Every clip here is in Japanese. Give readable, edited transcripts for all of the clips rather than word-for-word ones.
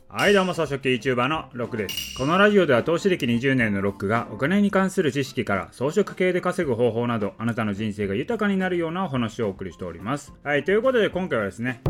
はいどうも草食系 YouTuber のロックです。このラジオでは投資歴20年のロックがお金に関する知識から草食系で稼ぐ方法などあなたの人生が豊かになるようなお話をお送りしております。はい、ということで今回はですね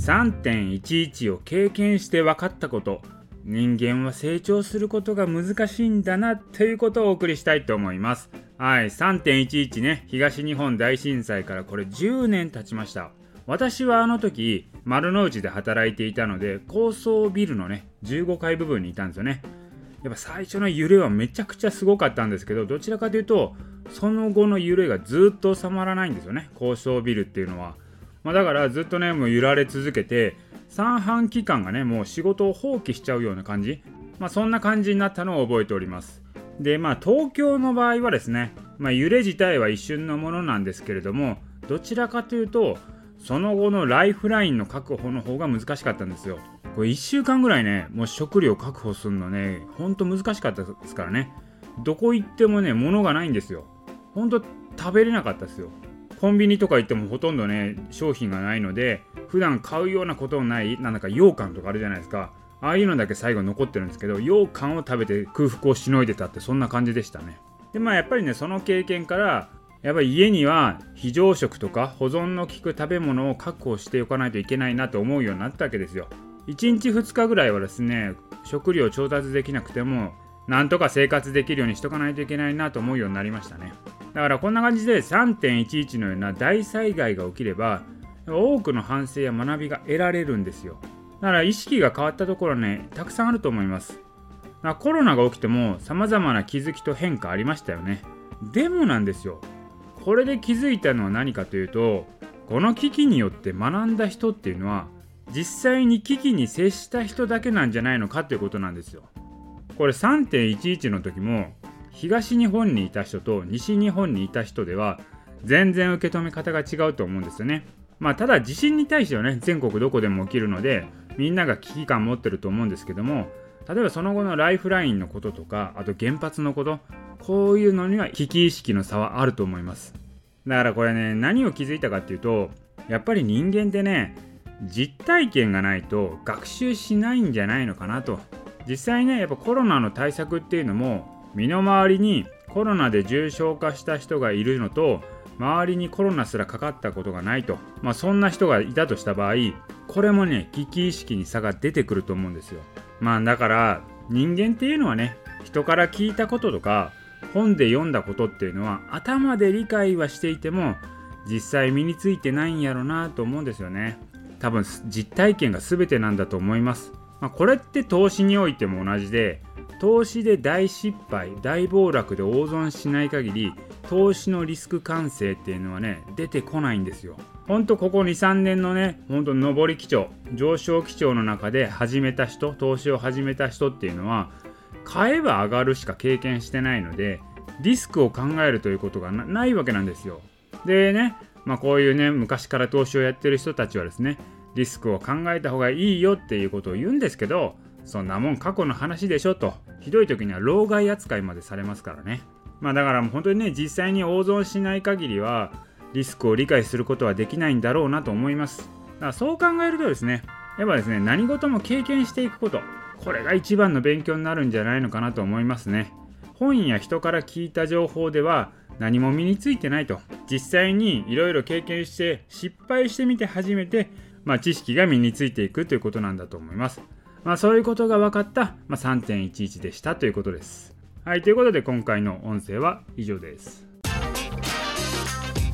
3.11 を経験して分かったこと、人間は成長することが難しいんだなということをお送りしたいと思います。はい、3.11 ね、東日本大震災からこれ10年経ちました。私はあの時丸の内で働いていたので高層ビルのね15階部分にいたんですよね。やっぱ最初の揺れはめちゃくちゃすごかったんですけど、どちらかというとその後の揺れがずっと収まらないんですよね、高層ビルっていうのは。だからずっとねもう揺られ続けて三半規管がねもう仕事を放棄しちゃうような感じ、そんな感じになったのを覚えております。で東京の場合はですね、揺れ自体は一瞬のものなんですけれども、どちらかというとその後のライフラインの確保の方が難しかったんですよ。これ1週間ぐらいねもう食料確保するのねほんと難しかったですからね。どこ行ってもね物がないんですよ。ほんと食べれなかったですよ。コンビニとか行ってもほとんどね商品がないので、普段買うようなことのないなんだか羊羹とかあるじゃないですか。ああいうのだけ最後残ってるんですけど、羊羹を食べて空腹をしのいでたって、そんな感じでしたね。でやっぱりねその経験からやっぱり家には非常食とか保存の効く食べ物を確保しておかないといけないなと思うようになったわけですよ。1日2日ぐらいはですね食料調達できなくてもなんとか生活できるようにしとかないといけないなと思うようになりましたね。だからこんな感じで 3.11 のような大災害が起きれば多くの反省や学びが得られるんですよ。だから意識が変わったところねたくさんあると思います。コロナが起きても様々な気づきと変化ありましたよね。でもなんですよ、これで気づいたのは何かというと、この危機によって学んだ人っていうのは実際に危機に接した人だけなんじゃないのかということなんですよ。これ 3.11 の時も東日本にいた人と西日本にいた人では全然受け止め方が違うと思うんですよね。ただ地震に対してはね全国どこでも起きるのでみんなが危機感持ってると思うんですけども、例えばその後のライフラインのこととか、あと原発のこと、こういうのには危機意識の差はあると思います。だからこれね何を気づいたかっていうと、やっぱり人間ってね実体験がないと学習しないんじゃないのかなと。実際ねやっぱコロナの対策っていうのも身の回りにコロナで重症化した人がいるのと周りにコロナすらかかったことがないと、そんな人がいたとした場合、これもね危機意識に差が出てくると思うんですよ。だから人間っていうのはね人から聞いたこととか本で読んだことっていうのは頭で理解はしていても実際身についてないんやろなと思うんですよね。多分実体験が全てなんだと思います。これって投資においても同じで、投資で大失敗大暴落で大損しない限り投資のリスク感性っていうのはね出てこないんですよ。ほんとここ 2,3 年のねほんと上り基調上昇基調の中で投資を始めた人っていうのは買えば上がるしか経験してないのでリスクを考えるということが ないわけなんですよ。でねこういうね昔から投資をやってる人たちはですねリスクを考えた方がいいよっていうことを言うんですけど、そんなもん過去の話でしょと、ひどい時には老害扱いまでされますからね。だからもう本当にね実際に大損しない限りはリスクを理解することはできないんだろうなと思います。だからそう考えるとですねやっぱですね何事も経験していくこと、これが一番の勉強になるんじゃないのかなと思いますね。本や人から聞いた情報では何も身についてないと、実際にいろいろ経験して失敗してみて初めて知識が身についていくということなんだと思います。そういうことが分かった、3.11 でしたということです。はい、ということで今回の音声は以上です。